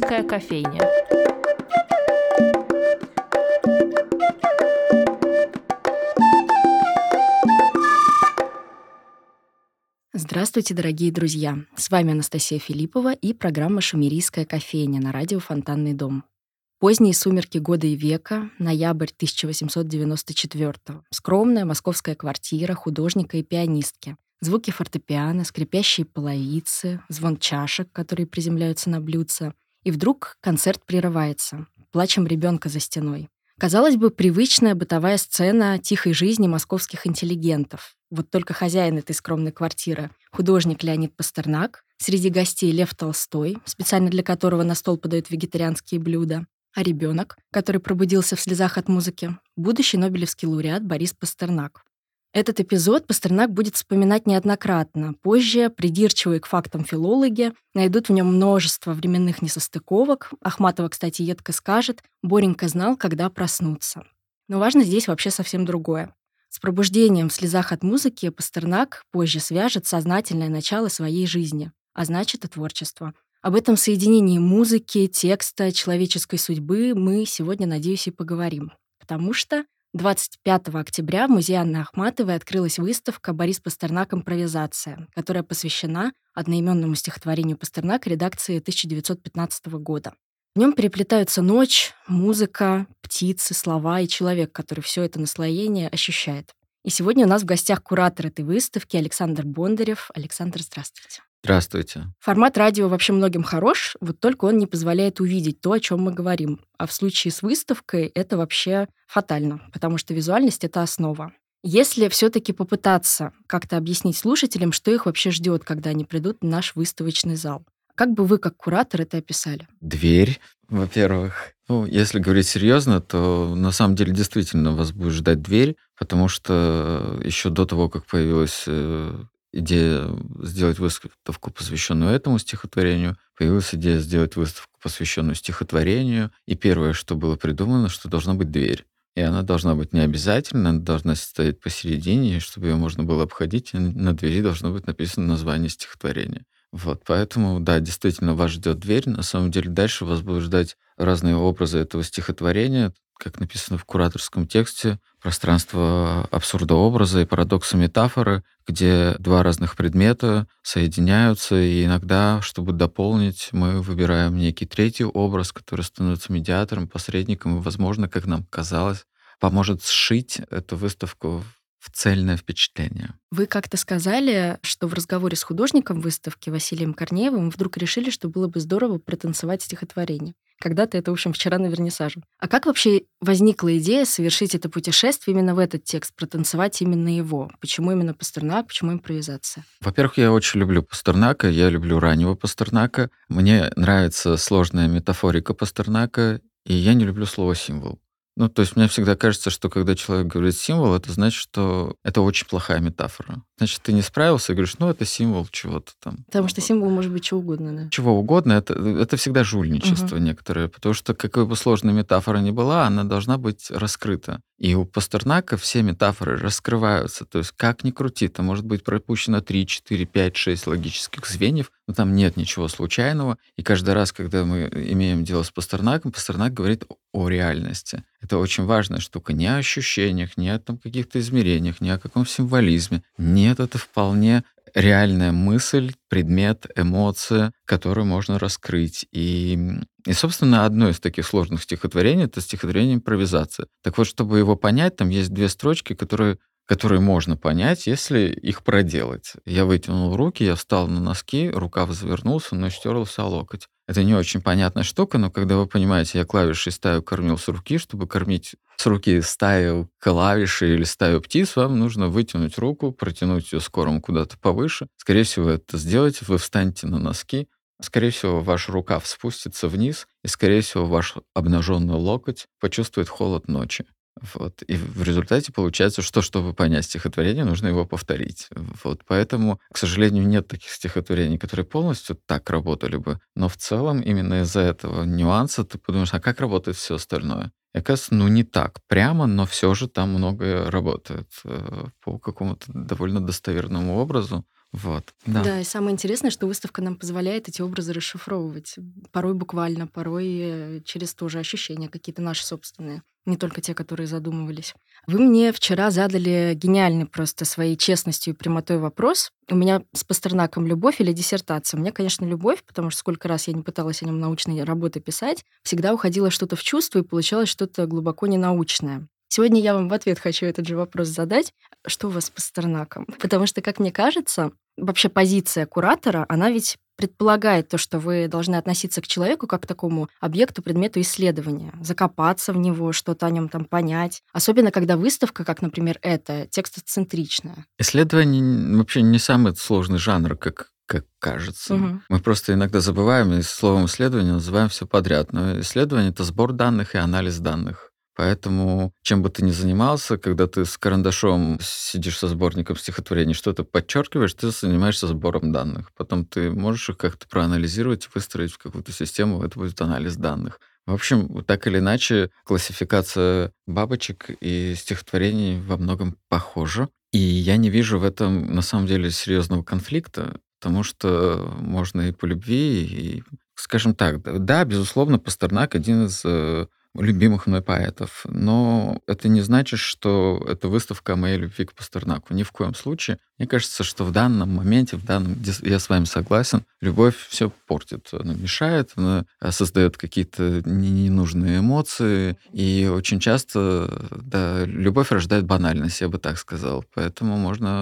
Шумерийская кофейня. Здравствуйте, дорогие друзья! С вами Анастасия Филиппова и программа «Шумерийская кофейня» на радио «Фонтанный дом». Поздние сумерки года и века, ноябрь 1894-го. Скромная московская квартира художника и пианистки. Звуки фортепиано, скрипящие половицы, звон чашек, которые приземляются на блюдце. И вдруг концерт прерывается. Плачем ребенка за стеной. Казалось бы, привычная бытовая сцена тихой жизни московских интеллигентов. Вот только хозяин этой скромной квартиры — художник Леонид Пастернак, среди гостей Лев Толстой, специально для которого на стол подают вегетарианские блюда, а ребенок, который пробудился в слезах от музыки, будущий нобелевский лауреат Борис Пастернак. Этот эпизод Пастернак будет вспоминать неоднократно. Позже придирчивые к фактам филологи найдут в нем множество временных несостыковок. Ахматова, кстати, едко скажет: «Боренька знал, когда проснуться». Но важно здесь вообще совсем другое. С пробуждением в слезах от музыки Пастернак позже свяжет сознательное начало своей жизни, а значит и творчество. Об этом соединении музыки, текста, человеческой судьбы мы сегодня, надеюсь, и поговорим. Потому что 25 октября в музее Анны Ахматовой открылась выставка «Борис Пастернак. Импровизация», которая посвящена одноименному стихотворению Пастернака редакции 1915 года. В нем переплетаются ночь, музыка, птицы, слова и человек, который все это наслоение ощущает. И сегодня у нас в гостях куратор этой выставки Александр Бондарев. Александр, здравствуйте. Здравствуйте. Формат радио вообще многим хорош, вот только он не позволяет увидеть то, о чем мы говорим. А в случае с выставкой это вообще фатально, потому что визуальность — это основа. Если все-таки попытаться как-то объяснить слушателям, что их вообще ждет, когда они придут в наш выставочный зал, как бы вы, как куратор, это описали? Дверь, во-первых. Если говорить серьезно, то на самом деле действительно вас будет ждать дверь, потому что еще до того, как появилась идея сделать выставку, посвященную этому стихотворению, появилась идея сделать выставку, посвященную стихотворению. И первое, что было придумано, что должна быть дверь. И она должна быть не обязательно, она должна стоять посередине, и чтобы ее можно было обходить, и на двери должно быть написано название стихотворения. Поэтому, да, действительно, вас ждет дверь. На самом деле дальше вас будут ждать разные образы этого стихотворения. Как написано в кураторском тексте, пространство абсурдообраза и парадокса метафоры, где два разных предмета соединяются, и иногда, чтобы дополнить, мы выбираем некий третий образ, который становится медиатором, посредником, и, возможно, как нам казалось, поможет сшить эту выставку в цельное впечатление. Вы как-то сказали, что в разговоре с художником выставки Василием Корнеевым вдруг решили, что было бы здорово протанцевать стихотворение. Когда-то это, в общем, вчера на вернисаже. А как вообще возникла идея совершить это путешествие именно в этот текст, протанцевать именно его? Почему именно Пастернак, почему импровизация? Во-первых, я очень люблю Пастернака, я люблю раннего Пастернака. Мне нравится сложная метафорика Пастернака, и я не люблю слово «символ». То есть мне всегда кажется, что когда человек говорит «символ», это значит, что это очень плохая метафора. Значит, ты не справился и говоришь: это символ чего-то там. Потому что символ может быть чего угодно, да? Чего угодно, это всегда жульничество некоторое, потому что какой бы сложной метафора ни была, она должна быть раскрыта. И у Пастернака все метафоры раскрываются. То есть как ни крути, там может быть пропущено 3, 4, 5, 6 логических звеньев, но там нет ничего случайного. И каждый раз, когда мы имеем дело с Пастернаком, Пастернак говорит о реальности. Это очень важная штука. Не о ощущениях, не о каких-то измерениях, не о каком символизме. Нет, это вполне реальная мысль, предмет, эмоция, которую можно раскрыть. И, собственно, одно из таких сложных стихотворений — это стихотворение «Импровизация». Так вот, чтобы его понять, там есть две строчки, которые можно понять, если их проделать. Я вытянул руки, я встал на носки, рукав завернулся, но стерлся о локоть. Это не очень понятная штука, но когда вы понимаете, я клавишей стаю кормил с руки, чтобы кормить с руки стаю клавиши или стаю птиц, вам нужно вытянуть руку, протянуть ее скором куда-то повыше. Скорее всего, это сделаете, вы встанете на носки, скорее всего, ваш рукав спустится вниз, и, скорее всего, ваш обнаженный локоть почувствует холод ночи. И в результате получается, что, чтобы понять стихотворение, нужно его повторить. Поэтому, к сожалению, нет таких стихотворений, которые полностью так работали бы. Но в целом именно из-за этого нюанса ты подумаешь, а как работает все остальное? И оказывается, не так прямо, но все же там многое работает по какому-то довольно достоверному образу. Вот, да. Да, и самое интересное, что выставка нам позволяет эти образы расшифровывать. Порой буквально, порой через тоже ощущения какие-то наши собственные, не только те, которые задумывались. Вы мне вчера задали гениальный просто своей честностью и прямотой вопрос. У меня с Пастернаком любовь или диссертация? У меня, конечно, любовь, потому что сколько раз я не пыталась о нем научные работы писать, всегда уходило что-то в чувство и получалось что-то глубоко ненаучное. Сегодня я вам в ответ хочу этот же вопрос задать. Что у вас с Пастернаком? Потому что, как мне кажется, вообще позиция куратора, она ведь предполагает то, что вы должны относиться к человеку как к такому объекту, предмету исследования, закопаться в него, что-то о нем там понять. Особенно, когда выставка, как, например, эта, текстоцентричная. Исследование вообще не самый сложный жанр, как кажется. Мгм. Мы просто иногда забываем и словом исследование называем все подряд. Но исследование — это сбор данных и анализ данных. Поэтому, чем бы ты ни занимался, когда ты с карандашом сидишь со сборником стихотворений, что-то подчеркиваешь, ты занимаешься сбором данных. Потом ты можешь их как-то проанализировать, выстроить в какую-то систему, это будет анализ данных. В общем, так или иначе, классификация бабочек и стихотворений во многом похожа. И я не вижу в этом, на самом деле, серьезного конфликта, потому что можно и по любви, и, скажем так, да, безусловно, Пастернак один из любимых мной поэтов, но это не значит, что это выставка о моей любви к Пастернаку. Ни в коем случае. Мне кажется, что в данном моменте, я с вами согласен, любовь все портит. Она мешает, она создает какие-то ненужные эмоции, и очень часто, да, любовь рождает банальность, я бы так сказал. Поэтому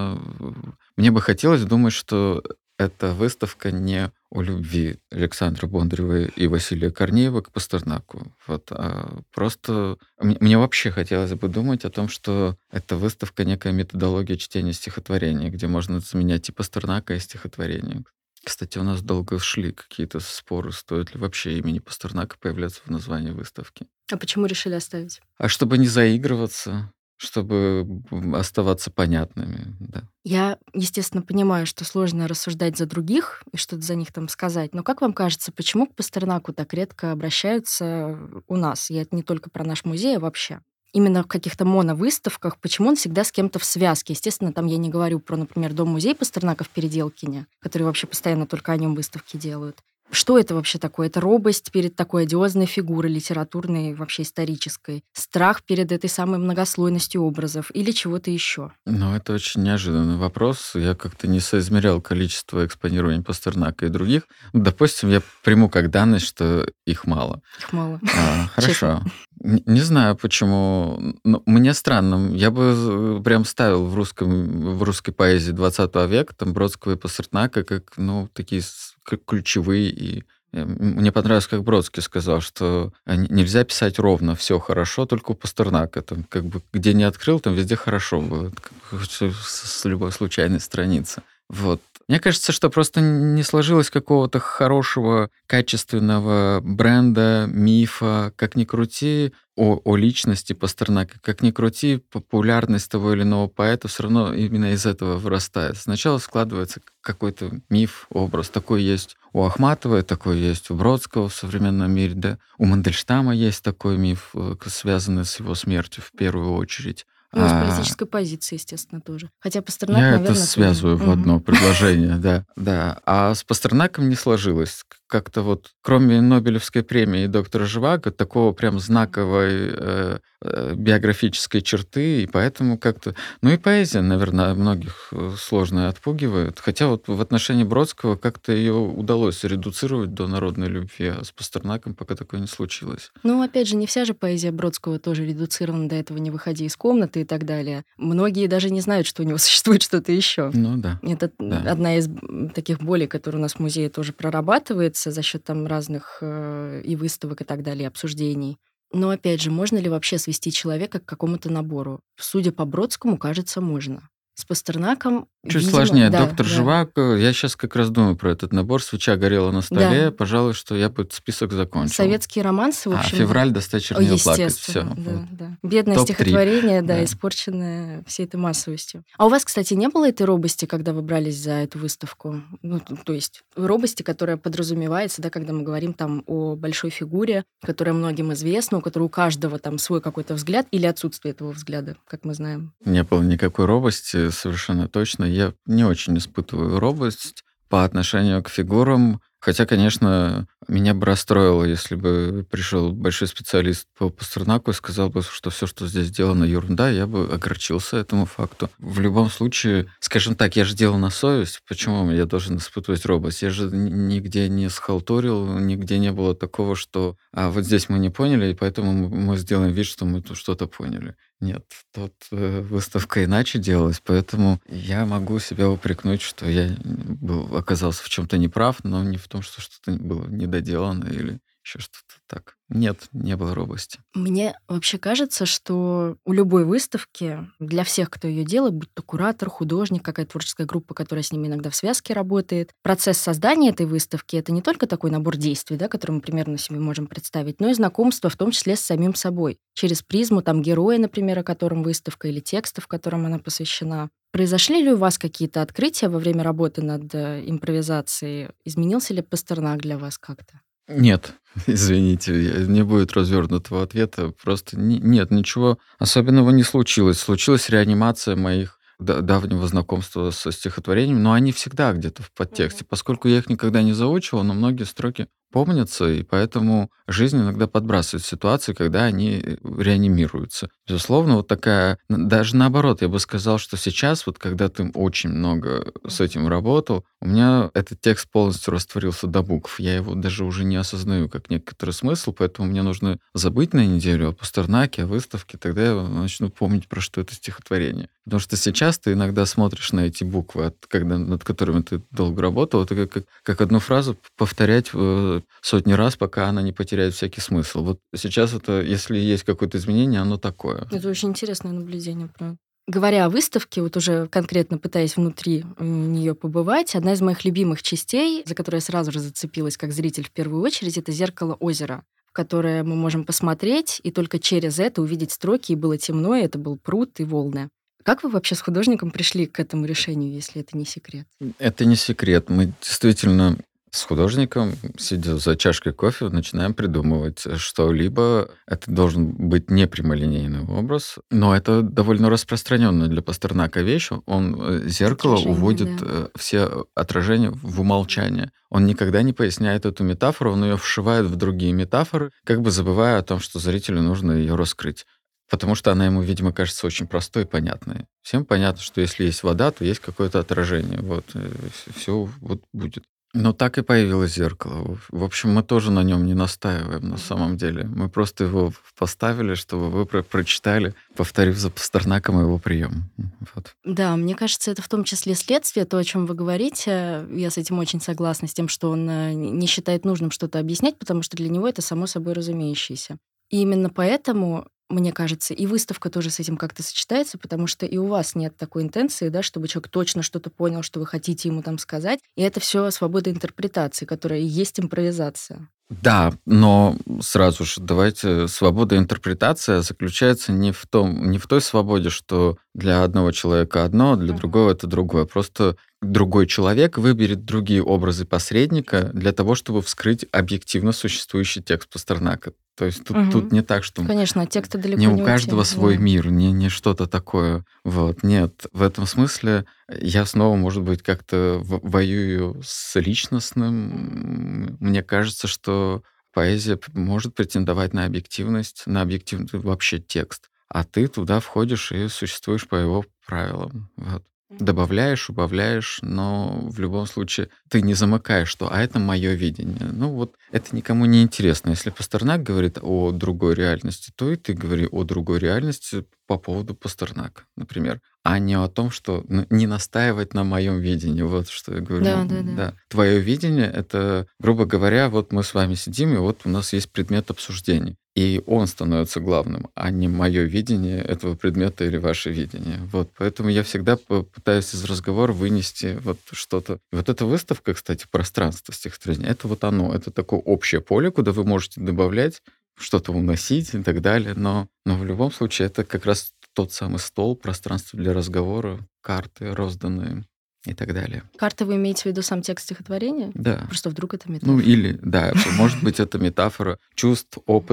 мне бы хотелось думать, что эта выставка не о любви Александры Бондаревой и Василия Корнеева к Пастернаку. Вот, просто мне вообще хотелось бы думать о том, что эта выставка — некая методология чтения стихотворений, где можно заменять и Пастернака, и стихотворение. Кстати, у нас долго шли какие-то споры, стоит ли вообще имени Пастернака появляться в названии выставки. А почему решили оставить? А чтобы не заигрываться, чтобы оставаться понятными, да. Я, естественно, понимаю, что сложно рассуждать за других и что-то за них там сказать, но как вам кажется, почему к Пастернаку так редко обращаются у нас? Я это не только про наш музей, а вообще. Именно в каких-то моновыставках, почему он всегда с кем-то в связке? Естественно, там я не говорю про, например, Дом-музей Пастернака в Переделкине, который вообще постоянно только о нем выставки делают. Что это вообще такое? Это робость перед такой одиозной фигурой литературной, вообще исторической? Страх перед этой самой многослойностью образов или чего-то еще? Ну, это очень неожиданный вопрос. Я как-то не соизмерял количество экспонирований Пастернака и других. Допустим, я приму как данность, что их мало. Их мало. Хорошо. Не знаю, почему. Но мне странно. Я бы прям ставил в русской поэзии 20 века там Бродского и Пастернака как, такие как ключевые. И мне понравилось, как Бродский сказал, что нельзя писать ровно, все хорошо, только у Пастернака. Там, как бы, где не открыл, там везде хорошо будет, как с любой случайной страницы. Вот. Мне кажется, что просто не сложилось какого-то хорошего, качественного бренда, мифа. Как ни крути, о личности Пастернака, как ни крути, популярность того или иного поэта все равно именно из этого вырастает. Сначала складывается какой-то миф, образ. Такой есть у Ахматовой, такой есть у Бродского в современном мире, да. У Мандельштама есть такой миф, связанный с его смертью в первую очередь. Ну, с политической позиции, естественно, тоже. Хотя Пастернак, Я наверное, это связываю в одно предложение, да. Да. А с Пастернаком не сложилось. Как-то вот, кроме Нобелевской премии и доктора Живаго, такого прям знаковой биографической черты, и поэтому как-то... Ну и поэзия, наверное, многих сложно отпугивает. Хотя вот в отношении Бродского как-то ее удалось редуцировать до народной любви, а с Пастернаком пока такое не случилось. Ну, опять же, не вся же поэзия Бродского тоже редуцирована до этого «Не выходи из комнаты» и так далее. Многие даже не знают, что у него существует что-то еще. Ну да. Это одна из таких болей, которые у нас в музее тоже прорабатывается за счет там разных и выставок и так далее, обсуждений. Но, опять же, можно ли вообще свести человека к какому-то набору? Судя по Бродскому, кажется, можно. С Пастернаком, Чуть видимо, сложнее. да, Доктор да. Живаго, я сейчас как раз думаю про этот набор. Свеча горела на столе. Да. Пожалуй, что я бы этот список закончил. Советские романсы, в общем... февраль достать чернила плакать. Все. Естественно, да, да. Бедное Топ-3. стихотворение, да, Да. испорченное всей этой массовостью. А у вас, кстати, не было этой робости, когда вы брались за эту выставку? Ну, то есть робости, которая подразумевается, да, когда мы говорим там о большой фигуре, которая многим известна, у которой у каждого там свой какой-то взгляд или отсутствие этого взгляда, как мы знаем. Не было никакой робости, совершенно точно. я не очень испытываю робость по отношению к фигурам. Хотя, конечно, меня бы расстроило, если бы пришел большой специалист по Пастернаку и сказал бы, что все, что здесь сделано, ерунда, я бы огорчился этому факту. В любом случае, скажем так, я же делал на совесть, почему я должен испытывать робость? Я же нигде не схалтурил, нигде не было такого, что вот здесь мы не поняли, и поэтому мы сделаем вид, что мы тут что-то поняли. Нет, тут выставка иначе делалась, поэтому я могу себя упрекнуть, что я оказался в чем-то неправ, но не в том, что что-то было недоделано или еще что-то так. Нет, не было робости. Мне вообще кажется, что у любой выставки, для всех, кто ее делает, будь то куратор, художник, какая-то творческая группа, которая с ними иногда в связке работает, процесс создания этой выставки — это не только такой набор действий, да, который мы примерно себе можем представить, но и знакомство в том числе с самим собой. Через призму там героя, например, о котором выставка, или текстов, которым она посвящена. Произошли ли у вас какие-то открытия во время работы над импровизацией? Изменился ли Пастернак для вас как-то? Нет, извините, не будет развернутого ответа. Просто нет, ничего особенного не случилось. Случилась реанимация моих давнего знакомства со стихотворениями, но они всегда где-то в подтексте. Поскольку я их никогда не заучивал, но многие строки помнятся, и поэтому жизнь иногда подбрасывает ситуации, когда они реанимируются. Безусловно, вот такая, даже наоборот, я бы сказал, что сейчас, вот когда ты очень много с этим работал, у меня этот текст полностью растворился до букв. Я его даже уже не осознаю как некоторый смысл, поэтому мне нужно забыть на неделю о Пастернаке, о выставке, тогда я начну помнить, про что это стихотворение. Потому что сейчас ты иногда смотришь на эти буквы, над которыми ты долго работал, это как одну фразу повторять сотни раз, пока она не потеряет всякий смысл. Вот сейчас это, если есть какое-то изменение, оно такое. Это очень интересное наблюдение, правда. Говоря о выставке, вот уже конкретно пытаясь внутри нее побывать, одна из моих любимых частей, за которую я сразу же зацепилась как зритель в первую очередь, это «Зеркало озера», в которое мы можем посмотреть и только через это увидеть строки, и было темно, и это был пруд и волны. Как вы вообще с художником пришли к этому решению, если это не секрет? Это не секрет. Мы действительно с художником, сидя за чашкой кофе, начинаем придумывать что-либо. Это должен быть не прямолинейный образ, но это довольно распространенная для Пастернака вещь. Он зеркало Отражение, уводит да. все отражения в умолчание. Он никогда не поясняет эту метафору, он ее вшивает в другие метафоры, как бы забывая о том, что зрителю нужно ее раскрыть. Потому что она ему, видимо, кажется очень простой и понятной. Всем понятно, что если есть вода, то есть какое-то отражение. Вот, все вот будет. Но так и появилось зеркало. В общем, мы тоже на нем не настаиваем на самом деле. Мы просто его поставили, чтобы вы прочитали, повторив за Пастернаком его прием. Вот. Да, мне кажется, это в том числе следствие, то, о чем вы говорите. Я с этим очень согласна, с тем, что он не считает нужным что-то объяснять, потому что для него это само собой разумеющееся. И именно поэтому, мне кажется, и выставка тоже с этим как-то сочетается, потому что и у вас нет такой интенции, да, чтобы человек точно что-то понял, что вы хотите ему там сказать. И это все свобода интерпретации, которая и есть импровизация. Да, но сразу же давайте, свобода интерпретации заключается не в той свободе, что для одного человека одно, а для другого это другое. Просто другой человек выберет другие образы посредника для того, чтобы вскрыть объективно существующий текст Пастернака. То есть тут не так, что Конечно, тексты далеко не у не у каждого всех, свой да. мир, не что-то такое. Вот. Нет, в этом смысле я снова, может быть, как-то воюю с личностным. Мне кажется, что поэзия может претендовать на объективность, на объективный вообще текст. А ты туда входишь и существуешь по его правилам. Вот. Добавляешь, убавляешь, но в любом случае ты не замыкаешь, что это мое видение. Ну вот это никому не интересно. Если Пастернак говорит о другой реальности, то и ты говори о другой реальности по поводу Пастернака, например, а не о том, что не настаивать на моем видении. Вот что я говорю. Да, да, да. Да. Твое видение — это, грубо говоря, вот мы с вами сидим, и вот у нас есть предмет обсуждения. И он становится главным, а не мое видение этого предмета или ваше видение. Вот, поэтому я всегда пытаюсь из разговора вынести вот что-то. Вот эта выставка, кстати, пространство стихотворения, это вот оно, это такое общее поле, куда вы можете добавлять, что-то уносить и так далее. Но в любом случае это как раз тот самый стол, пространство для разговора, карты розданные. и так далее. Карта, вы имеете в виду сам текст стихотворения? Да. Просто вдруг это метафора. Ну, или, да, может быть, это метафора чувств,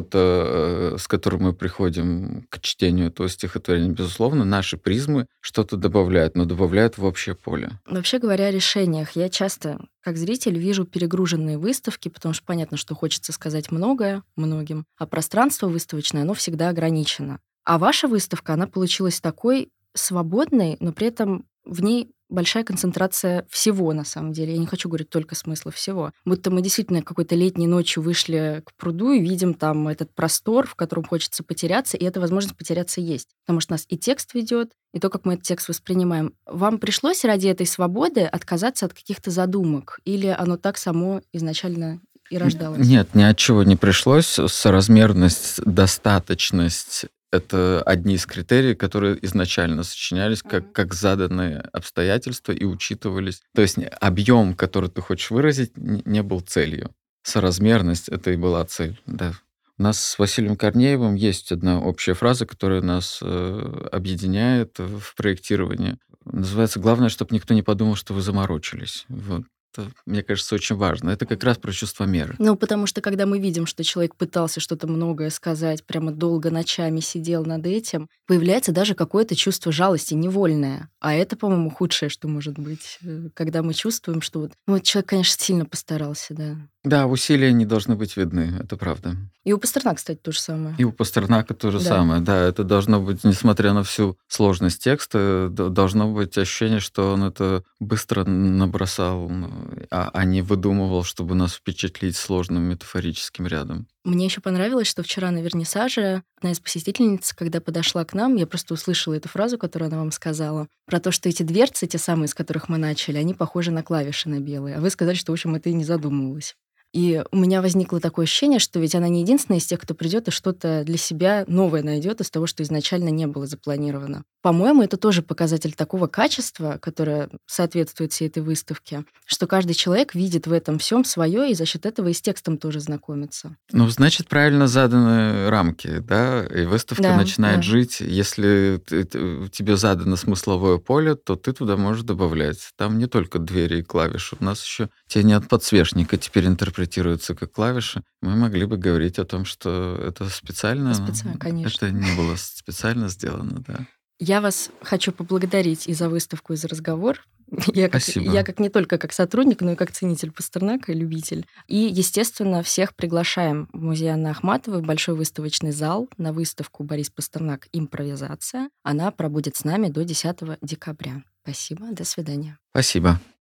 опыта, с которым мы приходим к чтению этого стихотворения. Безусловно, наши призмы что-то добавляют, но добавляют в общее поле. Вообще говоря о решениях, я часто, как зритель, вижу перегруженные выставки, потому что понятно, что хочется сказать многое многим, а пространство выставочное, оно всегда ограничено. А ваша выставка, она получилась такой свободной, но при этом в ней большая концентрация всего, на самом деле. Я не хочу говорить только смысла всего. Будто мы действительно какой-то летней ночью вышли к пруду и видим там этот простор, в котором хочется потеряться, и эта возможность потеряться есть. Потому что нас и текст ведет, и то, как мы этот текст воспринимаем. Вам пришлось ради этой свободы отказаться от каких-то задумок? Или оно так само изначально и рождалось? Нет, ни от чего не пришлось. Соразмерность, достаточность — это одни из критериев, которые изначально сочинялись как заданные обстоятельства и учитывались. То есть объем, который ты хочешь выразить, не был целью. Соразмерность — это и была цель, да. У нас с Василием Корнеевым есть одна общая фраза, которая нас объединяет в проектировании. Называется «Главное, чтобы никто не подумал, что вы заморочились». Вот. Это, мне кажется, очень важно. Это как раз про чувство меры. Ну, потому что когда мы видим, что человек пытался что-то многое сказать, прямо долго ночами сидел над этим, появляется даже какое-то чувство жалости невольное. А это, по-моему, худшее, что может быть, когда мы чувствуем, что вот человек, конечно, сильно постарался, да. Да, усилия не должны быть видны, это правда. И у Пастернака, кстати, то же самое. И у Пастернака то же Да. самое. Да, это должно быть, несмотря на всю сложность текста, должно быть ощущение, что он это быстро набросал, а не выдумывал, чтобы нас впечатлить сложным метафорическим рядом. Мне еще понравилось, что вчера на вернисаже одна из посетительниц, когда подошла к нам, я просто услышала эту фразу, которую она вам сказала, про то, что эти дверцы, те самые, с которых мы начали, они похожи на клавиши на белые. А вы сказали, что, в общем, это и не задумывалось. И у меня возникло такое ощущение, что ведь она не единственная из тех, кто придет и что-то для себя новое найдет из того, что изначально не было запланировано. По-моему, это тоже показатель такого качества, которое соответствует всей этой выставке, что каждый человек видит в этом всем свое и за счет этого и с текстом тоже знакомится. Ну, значит, правильно заданы рамки, да, и выставка начинает жить. Если тебе задано смысловое поле, то ты туда можешь добавлять. Там не только двери и клавиши. У нас еще тени от подсвечника теперь интерпретируются как клавиши. Мы могли бы говорить о том, что это специально. Конечно. Это не было специально сделано, да. Я вас хочу поблагодарить и за выставку, и за разговор. Спасибо. Я как не только как сотрудник, но и как ценитель Пастернака, и любитель. И, естественно, всех приглашаем в музей Анны Ахматовой в большой выставочный зал на выставку «Борис Пастернак. Импровизация». Она пробудет с нами до 10 декабря. Спасибо, до свидания. Спасибо.